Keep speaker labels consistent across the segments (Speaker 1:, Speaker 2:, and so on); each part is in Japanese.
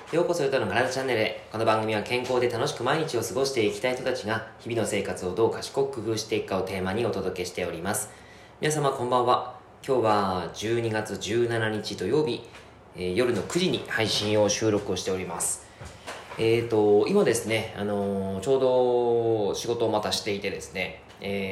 Speaker 1: ようこそ歌の体チャンネルへ。この番組は健康で楽しく毎日を過ごしていきたい人たちが日々の生活をどう賢く工夫していくかをテーマにお届けしております。皆様こんばんは。今日は12月17日土曜日、夜の9時に配信を収録をしております。今ですね、ちょうど仕事をまたしていてですね、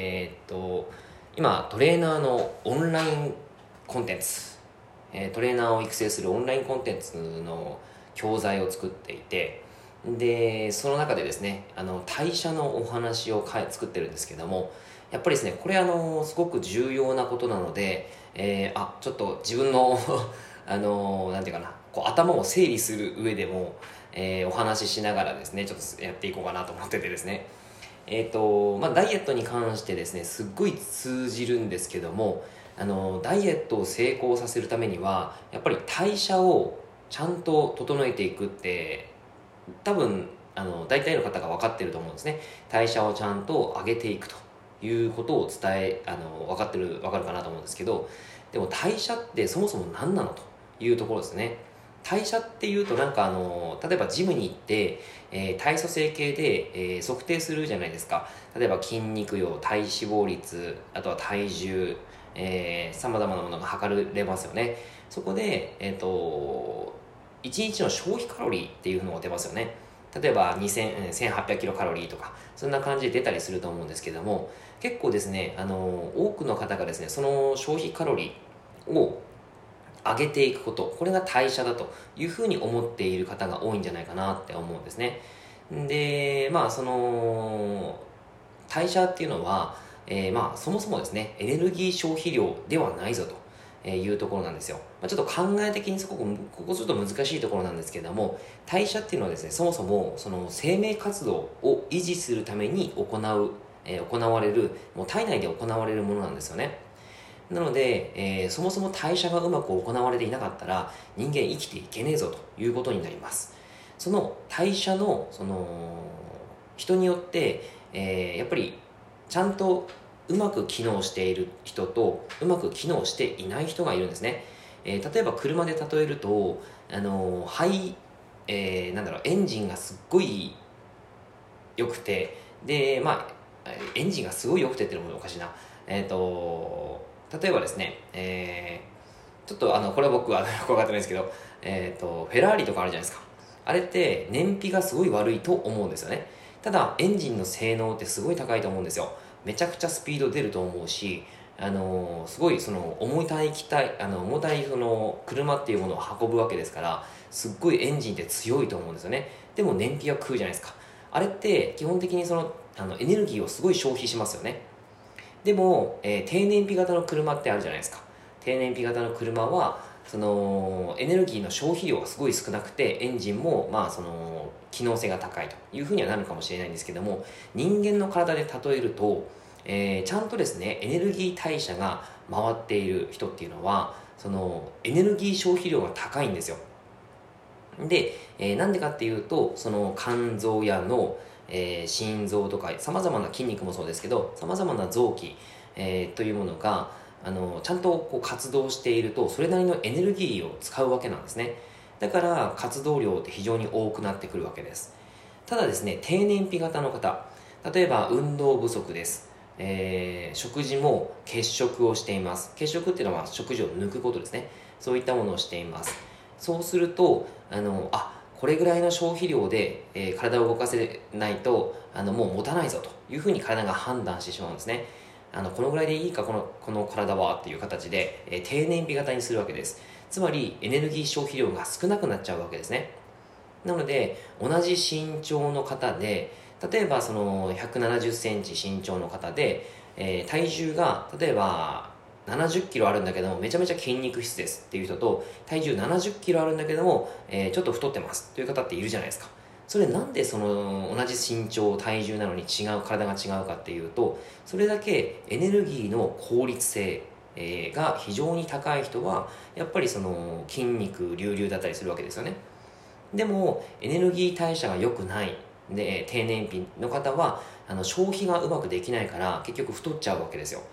Speaker 1: 今トレーナーのオンラインコンテンツ、トレーナーを育成するオンラインコンテンツの教材を作っていて、でその中でですね代謝のお話を作ってるんですけども、やっぱりですねこれすごく重要なことなので、ちょっと自分のなんていうかな、こう頭を整理する上でも、お話ししながらですねちょっとやっていこうかなと思っててですね、ダイエットに関してですねすっごい通じるんですけども、ダイエットを成功させるためにはやっぱり代謝をちゃんと整えていくって多分大体の方が分かってると思うんですね。代謝をちゃんと上げていくということを分かるかなと思うんですけど、でも代謝ってそもそも何なのというところですね。代謝っていうとなんか例えばジムに行って、体組成計で、測定するじゃないですか。例えば筋肉量、体脂肪率、あとは体重、さまざまなものが測れますよね。そこで、1日の消費カロリーっていうのが出ますよね。例えば1800キロカロリーとかそんな感じで出たりすると思うんですけども、結構ですね多くの方がですねその消費カロリーを上げていくこと、これが代謝だというふうに思っている方が多いんじゃないかなって思うんですね。でその代謝っていうのは、そもそもですねエネルギー消費量ではないぞというところなんですよ。ちょっと考え的にここちょっと難しいところなんですけども、代謝っていうのはですねそもそもその生命活動を維持するために行われる、もう体内で行われるものなんですよね。なので、そもそも代謝がうまく行われていなかったら人間生きていけねえぞということになります。その代謝の人によって、やっぱりちゃんとうまく機能している人とうまく機能していない人がいるんですね。例えば車で例えるとエンジンがすっごい良くて、でエンジンがすごい良くてっていうのもおかしいな。例えばですね、ちょっとこれは僕はよく分かってないですけど、フェラーリとかあるじゃないですか。あれって燃費がすごい悪いと思うんですよね。ただエンジンの性能ってすごい高いと思うんですよ。めちゃくちゃスピード出ると思うし、すごいその重たいその車っていうものを運ぶわけですから、すっごいエンジンって強いと思うんですよね。でも燃費は食うじゃないですか。あれって基本的にエネルギーをすごい消費しますよね。でも、低燃費型の車ってあるじゃないですか。低燃費型の車はそのエネルギーの消費量がすごい少なくて、エンジンもその機能性が高いというふうにはなるかもしれないんですけども、人間の体で例えると、ちゃんとですねエネルギー代謝が回っている人っていうのはそのエネルギー消費量が高いんですよ。で、なんでかっていうとその肝臓や脳、心臓とかさまざまな筋肉もそうですけどさまざまな臓器、というものがちゃんとこう活動しているとそれなりのエネルギーを使うわけなんですね。だから活動量って非常に多くなってくるわけです。ただですね低燃費型の方、例えば運動不足です、食事も欠食をしています。欠食っていうのは食事を抜くことですね。そういったものをしています。そうするとこれぐらいの消費量で、体を動かせないともう持たないぞというふうに体が判断してしまうんですね。このぐらいでいいかこの体はっていう形で、低燃費型にするわけです。つまりエネルギー消費量が少なくなっちゃうわけですね。なので同じ身長の方で、例えばその170センチ身長の方で、体重が例えば70キロあるんだけどもめちゃめちゃ筋肉質ですっていう人と、体重70キロあるんだけども、ちょっと太ってますという方っているじゃないですか。それなんでその同じ身長体重なのに体が違うかっていうと、それだけエネルギーの効率性が非常に高い人はやっぱりその筋肉隆々だったりするわけですよね。でもエネルギー代謝が良くないで低燃費の方は消費がうまくできないから結局太っちゃうわけですよ。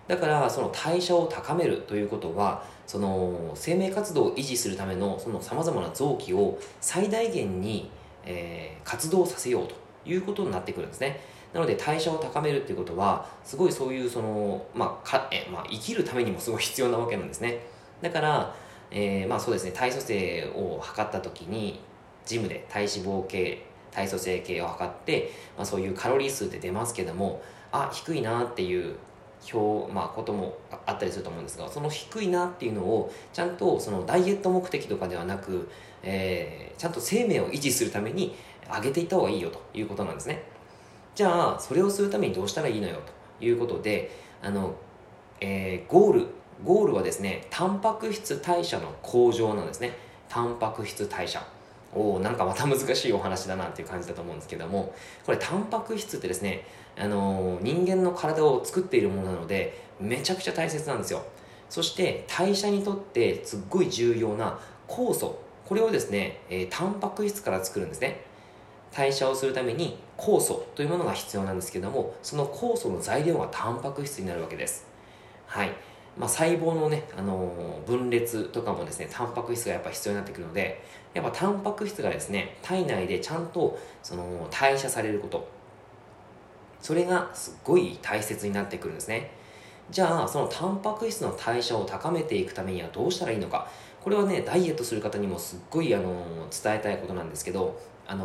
Speaker 1: だからその代謝を高めるということは、その生命活動を維持するためのそのさまざまな臓器を最大限に、活動させようということになってくるんですね。なので代謝を高めるっていうことはすごいそういうその、生きるためにもすごい必要なわけなんですね。だから、そうですね、体組成を測った時にジムで体脂肪計、体組成計を測って、そういうカロリー数って出ますけども、低いなっていうこともあったりすると思うんですが、その低いなっていうのをちゃんとそのダイエット目的とかではなく、ちゃんと生命を維持するために上げていった方がいいよということなんですね。じゃあそれをするためにどうしたらいいのよということで、ゴールはですね、タンパク質代謝の向上なんですね。タンパク質代謝、なんかまた難しいお話だなっていう感じだと思うんですけども、これタンパク質ってですね、人間の体を作っているものなのでめちゃくちゃ大切なんですよ。そして代謝にとってすっごい重要な酵素、これをですね、タンパク質から作るんですね。代謝をするために酵素というものが必要なんですけども、その酵素の材料がタンパク質になるわけです。はい。細胞のね、分裂とかもですね、タンパク質がやっぱ必要になってくるので、やっぱタンパク質がですね、体内でちゃんとその代謝されること、それがすっごい大切になってくるんですね。じゃあそのタンパク質の代謝を高めていくためにはどうしたらいいのか。これはね、ダイエットする方にもすっごい伝えたいことなんですけど、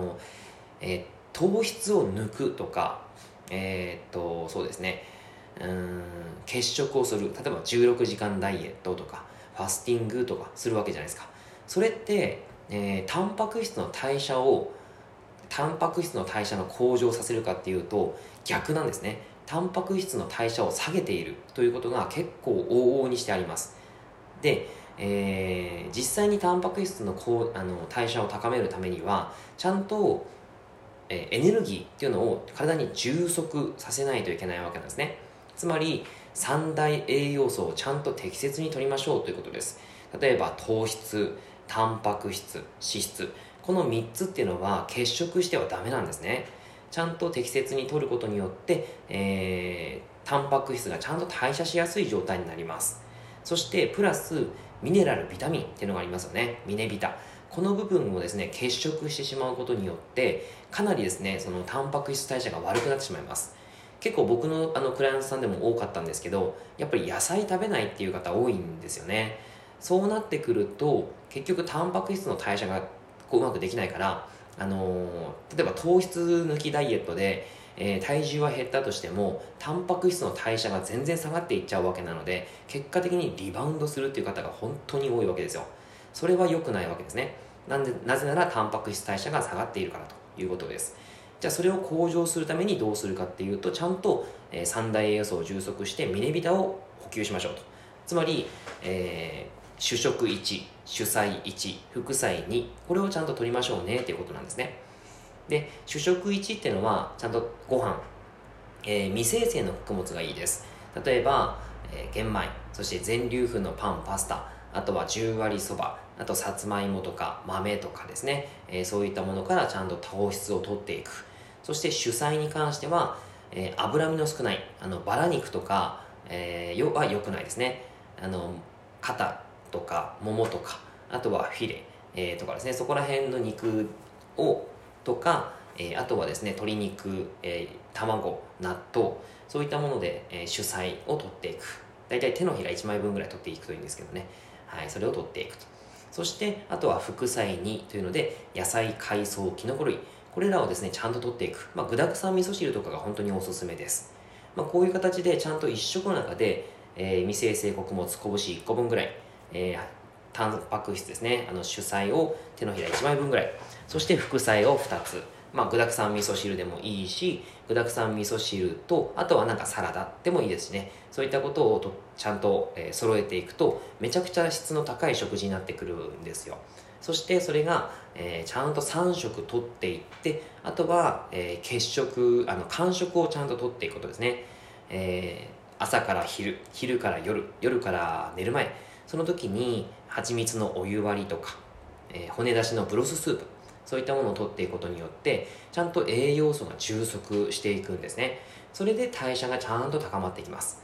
Speaker 1: 糖質を抜くとか、そうですね、欠食をする、例えば16時間ダイエットとかファスティングとかするわけじゃないですか。それって、タンパク質の代謝の向上させるかっていうと逆なんですね。タンパク質の代謝を下げているということが結構往々にしてあります。で、実際にタンパク質の代謝を高めるためにはちゃんとエネルギーっていうのを体に充足させないといけないわけなんですね。つまり三大栄養素をちゃんと適切に摂りましょうということです。例えば糖質、タンパク質、脂質、この3つっていうのは欠食してはダメなんですね。ちゃんと適切に摂ることによって、タンパク質がちゃんと代謝しやすい状態になります。そしてプラスミネラル、ビタミンっていうのがありますよね。ミネビタ、この部分をですね欠食してしまうことによってかなりですねそのタンパク質代謝が悪くなってしまいます。結構僕のクライアントさんでも多かったんですけど、やっぱり野菜食べないっていう方多いんですよね。そうなってくると結局タンパク質の代謝がうまくできないから、例えば糖質抜きダイエットで、体重は減ったとしてもタンパク質の代謝が全然下がっていっちゃうわけなので、結果的にリバウンドするっていう方が本当に多いわけですよ。それは良くないわけですね。なぜならタンパク質代謝が下がっているからということです。じゃあそれを向上するためにどうするかっていうと、ちゃんと、三大栄養素を充足してミネビタを補給しましょうと。つまり、主食1、主菜1、副菜2、これをちゃんと取りましょうねっていうことなんですね。で、主食1っていうのはちゃんとご飯、未生成の穀物がいいです。例えば、玄米、そして全粒粉のパン、パスタ、あとは10割そば、あとさつまいもとか豆とかですね、そういったものからちゃんと糖質を取っていく。そして主菜に関しては、脂身の少ないバラ肉とか、は良くないですね。肩とかももとか、あとはフィレ、とかですね、そこら辺の肉をとか、あとはですね鶏肉、卵、納豆、そういったもので、主菜を取っていく。だいたい手のひら1枚分ぐらい取っていくといいんですけどね、はい、それを取っていくと。そしてあとは副菜2というので野菜、海藻、きのこ類、これらをですねちゃんと取っていく、具だくさん味噌汁とかが本当におすすめです。こういう形でちゃんと1食の中で、未生成穀物拳1個分ぐらい、タンパク質ですね、主菜を手のひら1枚分ぐらい、そして副菜を2つ、具だくさん味噌汁でもいいし、具だくさん味噌汁とあとはなんかサラダでもいいですしね、そういったことをちゃんと、揃えていくとめちゃくちゃ質の高い食事になってくるんですよ。そしてそれが、ちゃんと3食とっていって、あとは、間食をちゃんととっていくことですね。朝から昼から夜から寝る前、その時に蜂蜜のお湯割りとか、骨出しのブロススープ、そういったものをとっていくことによってちゃんと栄養素が充足していくんですね。それで代謝がちゃんと高まっていきます。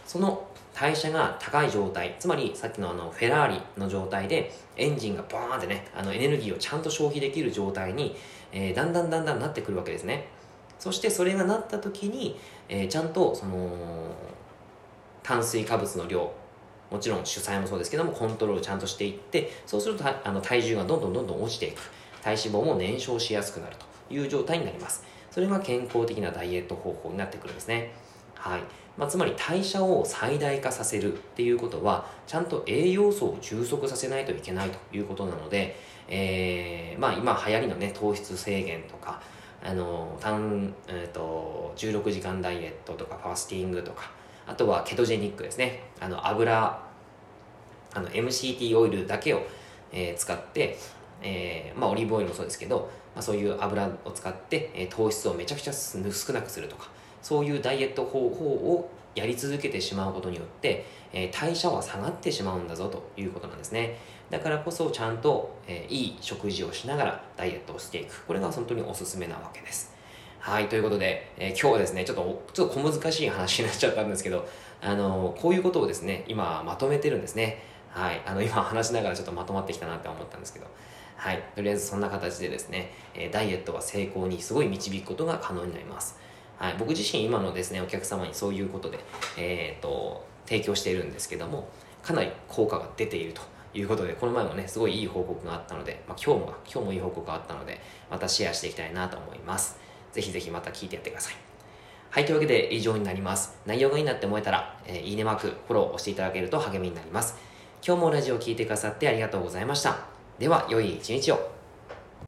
Speaker 1: その代謝が高い状態、つまりさっきのフェラーリの状態でエンジンがバーンってね、エネルギーをちゃんと消費できる状態に、だんだんなってくるわけですね。そしてそれがなった時に、ちゃんとその炭水化物の量、もちろん主菜もそうですけどもコントロールちゃんとしていって、そうすると体重がどんどん落ちていく、体脂肪も燃焼しやすくなるという状態になります。それが健康的なダイエット方法になってくるんですね。はい。つまり代謝を最大化させるっていうことは、ちゃんと栄養素を充足させないといけないということなので、今流行りのね、糖質制限とか、16時間ダイエットとかファスティングとか、あとはケトジェニックですね。MCT オイルだけを、使って、オリーブオイルもそうですけど、そういう油を使って、糖質をめちゃくちゃ少なくするとか、そういうダイエット方法をやり続けてしまうことによって、代謝は下がってしまうんだぞということなんですね。だからこそちゃんと、いい食事をしながらダイエットをしていく。これが本当におすすめなわけです。はい、ということで、今日はですね、ちょっと小難しい話になっちゃったんですけど、こういうことをですね、今まとめてるんですね。はい、今話しながらちょっとまとまってきたなって思ったんですけど、はい、とりあえずそんな形でですね、ダイエットは成功にすごい導くことが可能になります。はい、僕自身今のですね、お客様にそういうことで、提供しているんですけども、かなり効果が出ているということで、この前もね、すごいいい報告があったので、今日もいい報告があったので、またシェアしていきたいなと思います。ぜひぜひまた聞いてやってください。はい、というわけで以上になります。内容がいいなって思えたら、いいねマーク、フォローを押していただけると励みになります。今日もラジオを聞いてくださってありがとうございました。では、良い一日を。